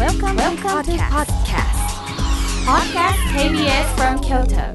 Welcome to podcast. Podcast KBS from Kyoto.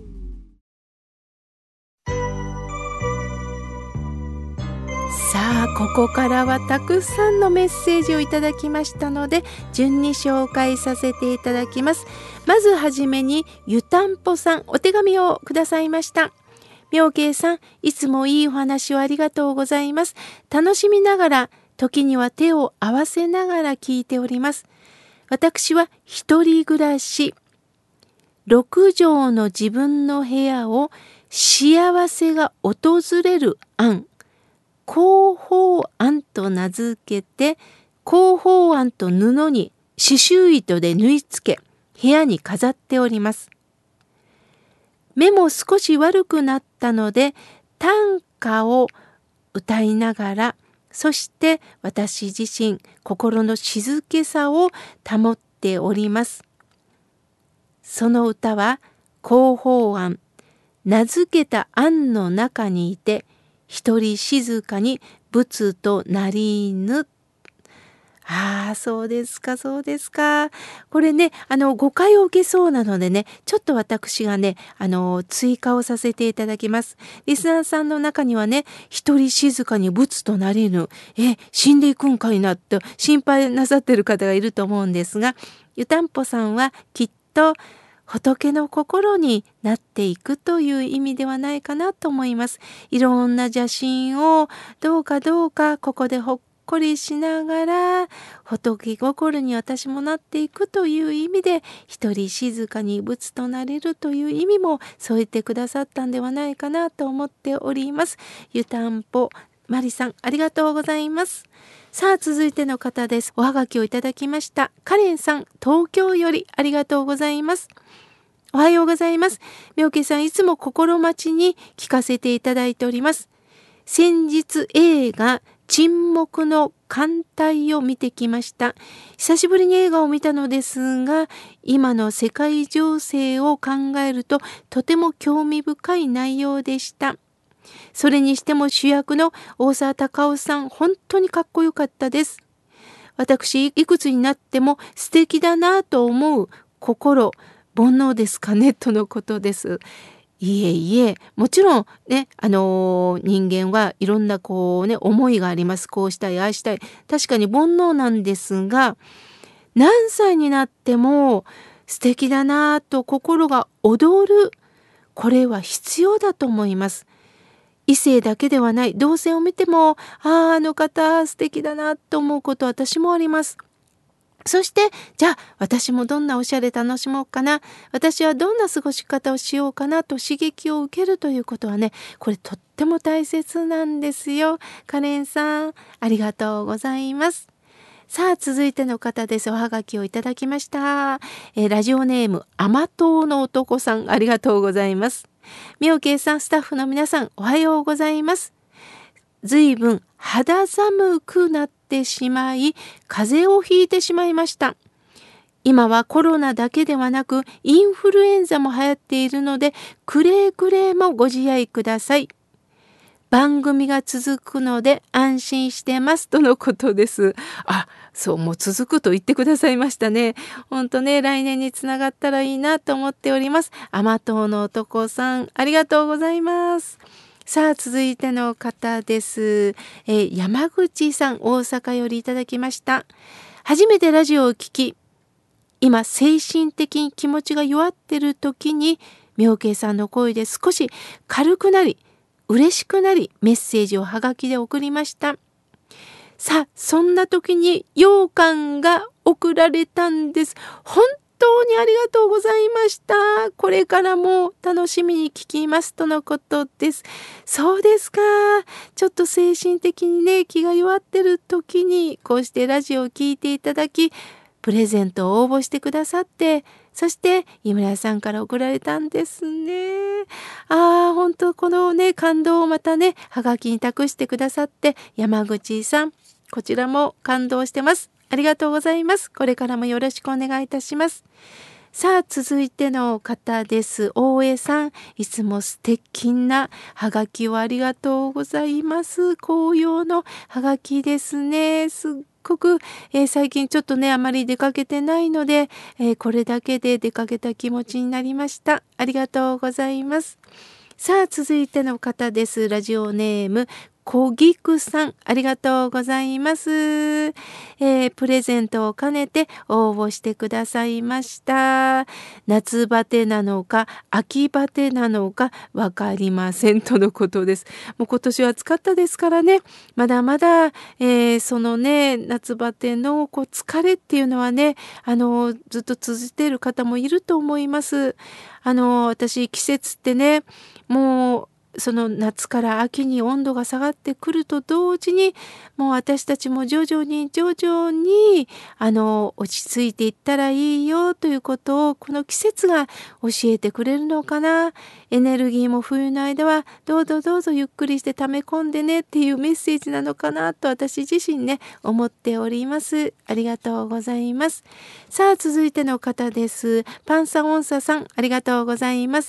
さあ、ここからはたくさんのメッセージをいただきましたので、順に紹介させていただきます。まずはじめに、ゆたんぽさん、お手紙をくださいました。妙慶さん、いつもいいお話をありがとうございます。楽しみながら、時には手を合わせながら聞いております。私は一人暮らし、6畳の自分の部屋を幸せが訪れる案、広報案と名付けて、広報案と布に刺繍糸で縫い付け、部屋に飾っております。目も少し悪くなったので、短歌を歌いながら、そして私自身、心の静けさを保っております。その歌は、広報案、名付けた案の中にいて、一人静かに仏となりぬ。ああ、そうですか、そうですか。これね、誤解を受けそうなのでね、ちょっと私がね、追加をさせていただきます。リスナーさんの中にはね、一人静かに仏となりぬ。死んでいくんかいなって心配なさってる方がいると思うんですが、ゆたんぽさんはきっと、仏の心になっていくという意味ではないかなと思います。いろんな邪心をどうかここでほっこりしながら、仏心に私もなっていくという意味で、一人静かに仏となれるという意味も添えてくださったんではないかなと思っております。ゆたんぽまりさん、ありがとうございます。さあ、続いての方です。おはがきをいただきました。カレンさん、東京よりありがとうございます。おはようございます。妙慶さん、いつも心待ちに聞かせていただいております。先日映画沈黙の艦隊を見てきました。久しぶりに映画を見たのですが、今の世界情勢を考えるととても興味深い内容でした。それにしても主役の大沢たかおさん、本当にかっこよかったです。私、いくつになっても素敵だなと思う心、煩悩ですかねとのことです。いえ、もちろんね、人間はいろんな思いがあります。こうしたい、ああしたい。確かに煩悩なんですが、何歳になっても素敵だなと心が躍る。これは必要だと思います。異性だけではない。同性を見ても、あの方素敵だなと思うこと私もあります。そして、じゃあ私もどんなおしゃれ楽しもうかな。私はどんな過ごし方をしようかなと刺激を受けるということはね、これとっても大切なんですよ。カレンさん、ありがとうございます。さあ、続いての方です。おはがきをいただきました。ラジオネーム、甘党の男さん、ありがとうございます。妙慶さん、スタッフの皆さん、おはようございます。ずいぶん肌寒くなってしまい、風邪をひいてしまいました。今はコロナだけではなく、インフルエンザも流行っているので、くれぐれもご自愛ください。番組が続くので安心してますとのことです。そう、もう続くと言ってくださいましたね。本当ね、来年につながったらいいなと思っております。甘党の男さん、ありがとうございます。さあ、続いての方です。山口さん、大阪よりいただきました。初めてラジオを聞き、今精神的に気持ちが弱っている時に、妙慶さんの声で少し軽くなり、嬉しくなり、メッセージをはがきで送りました。さあ、そんな時に羊羹が送られたんです。本当にありがとうございました。これからも楽しみに聞きますとのことです。そうですか。ちょっと精神的にね、気が弱ってる時に、こうしてラジオを聞いていただき、プレゼントを応募してくださって、そして井村さんから送られたんですね。本当このね、感動をまたね、はがきに託してくださって、山口さん、こちらも感動してます。ありがとうございます。これからもよろしくお願いいたします。さあ、続いての方です。大江さん、いつも素敵なはがきをありがとうございます。紅葉のはがきですね。すっごく、最近ちょっとねあまり出かけてないので、これだけで出かけた気持ちになりました。ありがとうございます。さあ続いての方です。ラジオネームこぎくさん、ありがとうございます。プレゼントを兼ねて応募してくださいました。夏バテなのか秋バテなのかわかりませんとのことです。もう今年は暑かったですからね、まだまだ、そのね夏バテの疲れっていうのはね、ずっと続いている方もいると思います。私季節ってね、もうその夏から秋に温度が下がってくると同時に、もう私たちも徐々に落ち着いていったらいいよということをこの季節が教えてくれるのかな。エネルギーも冬の間はどうぞゆっくりして溜め込んでねっていうメッセージなのかなと私自身ね思っております。ありがとうございます。さあ続いての方です。パンサオンサさん、ありがとうございます。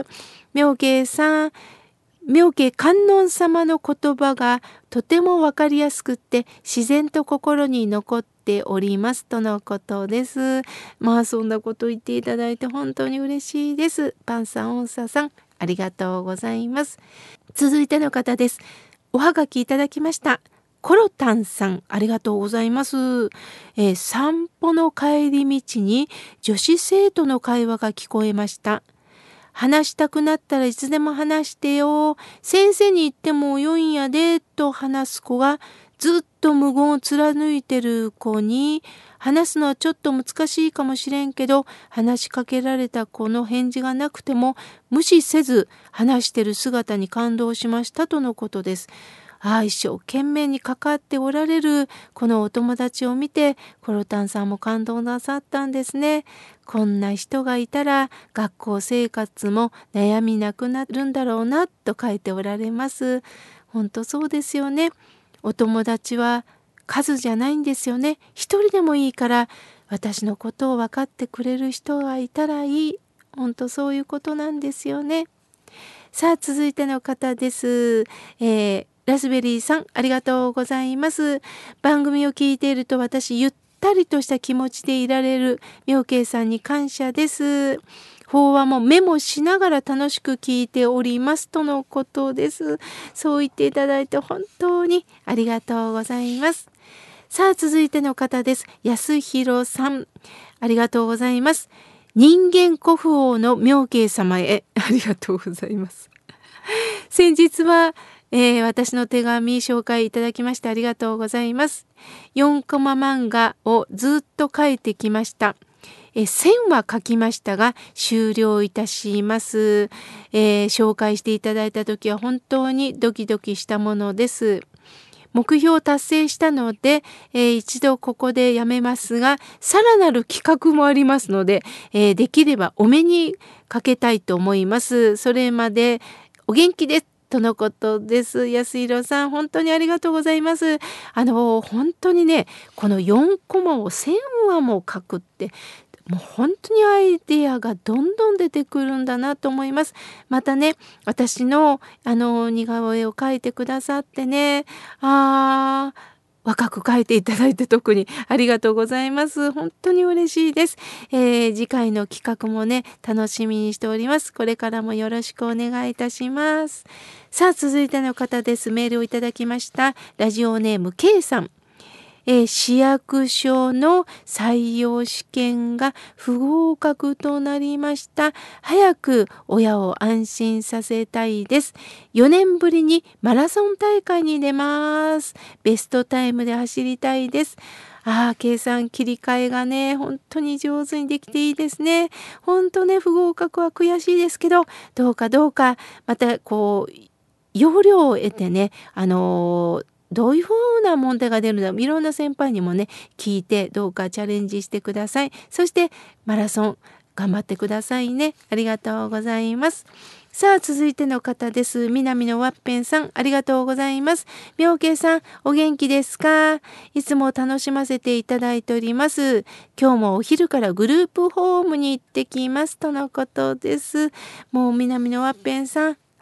妙慶さん、妙慶観音様の言葉がとてもわかりやすくって自然と心に残っておりますとのことです。まあそんなこと言っていただいて本当に嬉しいです。パンサオンサさん、ありがとうございます。続いての方です。おはがきいただきました。コロタンさん、ありがとうございます。散歩の帰り道に女子生徒の会話が聞こえました。話したくなったらいつでも話してよ。先生に言ってもよいんやで、と話す子がずっと無言を貫いてる子に、話すのはちょっと難しいかもしれんけど、話しかけられた子の返事がなくても無視せず話してる姿に感動しましたとのことです。一生懸命に関わっておられるこのお友達を見てコロタンさんも感動なさったんですね。こんな人がいたら学校生活も悩みなくなるんだろうなと書いておられます。本当そうですよね。お友達は数じゃないんですよね。一人でもいいから私のことを分かってくれる人がいたらいい。本当そういうことなんですよね。さあ続いての方です。ラズベリーさん、ありがとうございます。番組を聞いていると私ゆったりとした気持ちでいられる妙慶さんに感謝です。法話もメモしながら楽しく聞いておりますとのことです。そう言っていただいて本当にありがとうございます。さあ続いての方です。安弘さん、ありがとうございます。人間国宝の妙慶様へありがとうございます。先日は私の手紙紹介いただきましてありがとうございます。4コマ漫画をずっと書いてきました。1000は書きましたが終了いたします。紹介していただいた時は本当にドキドキしたものです。目標を達成したので、一度ここでやめますがさらなる企画もありますので、できればお目にかけたいと思います。それまでお元気ですとのことです。安弘さん、本当にありがとうございます。本当にね、この4コマを1000話も書くって、もう本当にアイデアがどんどん出てくるんだなと思います。またね、私の似顔絵を描いてくださってね、若く描いていただいて特にありがとうございます。本当に嬉しいです。次回の企画もね楽しみにしております。これからもよろしくお願いいたします。さあ続いての方です。メールをいただきました。ラジオネーム K さん。市役所の採用試験が不合格となりました。早く親を安心させたいです。4年ぶりにマラソン大会に出ます。ベストタイムで走りたいです。計算切り替えがね本当に上手にできていいですね。本当ね不合格は悔しいですけどどうかまた要領を得てねどういうふうな問題が出るのかいろんな先輩にもね聞いてどうかチャレンジしてください。そしてマラソン頑張ってくださいね。ありがとうございます。さあ続いての方です。南のワッペンさん、ありがとうございます。妙慶さん、お元気ですか？いつも楽しませていただいております。今日もお昼からグループホームに行ってきますとのことです。もう南のワッペンさん、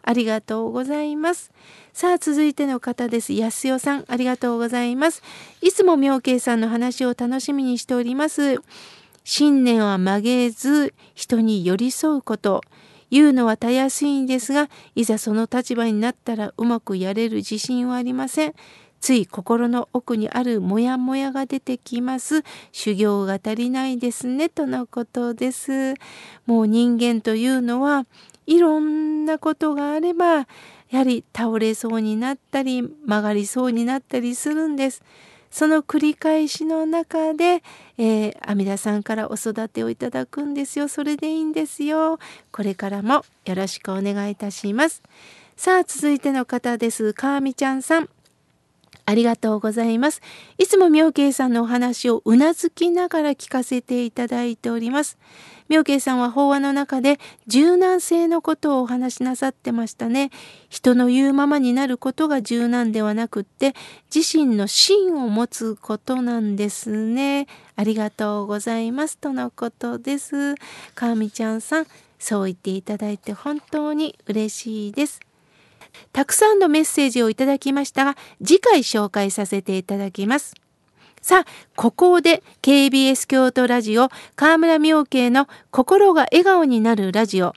ありがとうございます。さあ続いての方です。安代さん、ありがとうございます。いつも妙慶さんの話を楽しみにしております。信念は曲げず人に寄り添うこと、言うのはたやすいんですが、いざその立場になったらうまくやれる自信はありません。つい心の奥にあるモヤモヤが出てきます。修行が足りないですね、とのことです。もう人間というのはいろんなことがあれば、やはり倒れそうになったり曲がりそうになったりするんです。その繰り返しの中で、阿弥陀さんからお育てをいただくんですよ。それでいいんですよ。これからもよろしくお願いいたします。さあ続いての方です。かみちゃんさん、ありがとうございます。いつも妙慶さんのお話をうなずきながら聞かせていただいております。妙慶さんは法話の中で柔軟性のことをお話しなさってましたね。人の言うままになることが柔軟ではなくって、自身の芯を持つことなんですね。ありがとうございますとのことです。かみちゃんさん、そう言っていただいて本当に嬉しいです。たくさんのメッセージをいただきましたが、次回紹介させていただきます。さあ、ここで KBS 京都ラジオ河村妙慶の心が笑顔になるラジオ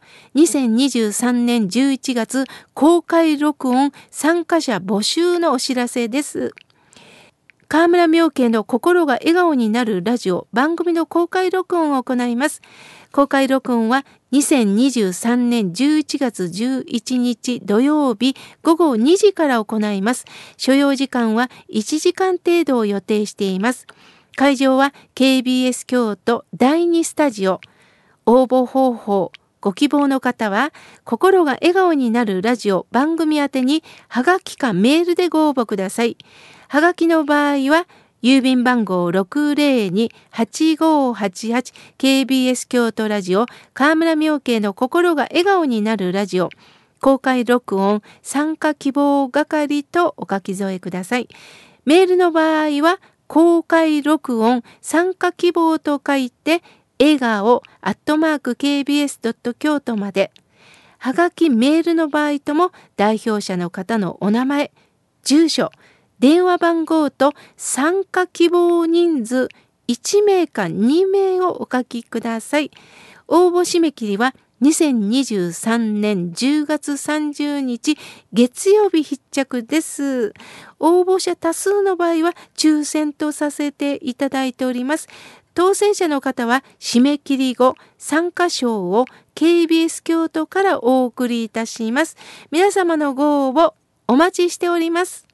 2023年11月公開録音参加者募集のお知らせです。河村妙慶の心が笑顔になるラジオ番組の公開録音を行います。公開録音は2023年11月11日土曜日午後2時から行います。所要時間は1時間程度を予定しています。会場は KBS 京都第2スタジオ。応募方法、ご希望の方は心が笑顔になるラジオ番組宛てにはがきかメールでご応募ください。はがきの場合は郵便番号 602-8588 KBS 京都ラジオ河村妙慶の心が笑顔になるラジオ公開録音参加希望係とお書き添えください。メールの場合は公開録音参加希望と書いて笑顔@kbs. 京都まで。はがきメールの場合とも代表者の方のお名前、住所、電話番号と参加希望人数1名か2名をお書きください。応募締め切りは2023年10月30日月曜日必着です。応募者多数の場合は抽選とさせていただいております。当選者の方は締め切り後参加賞を KBS 京都からお送りいたします。皆様のご応募お待ちしております。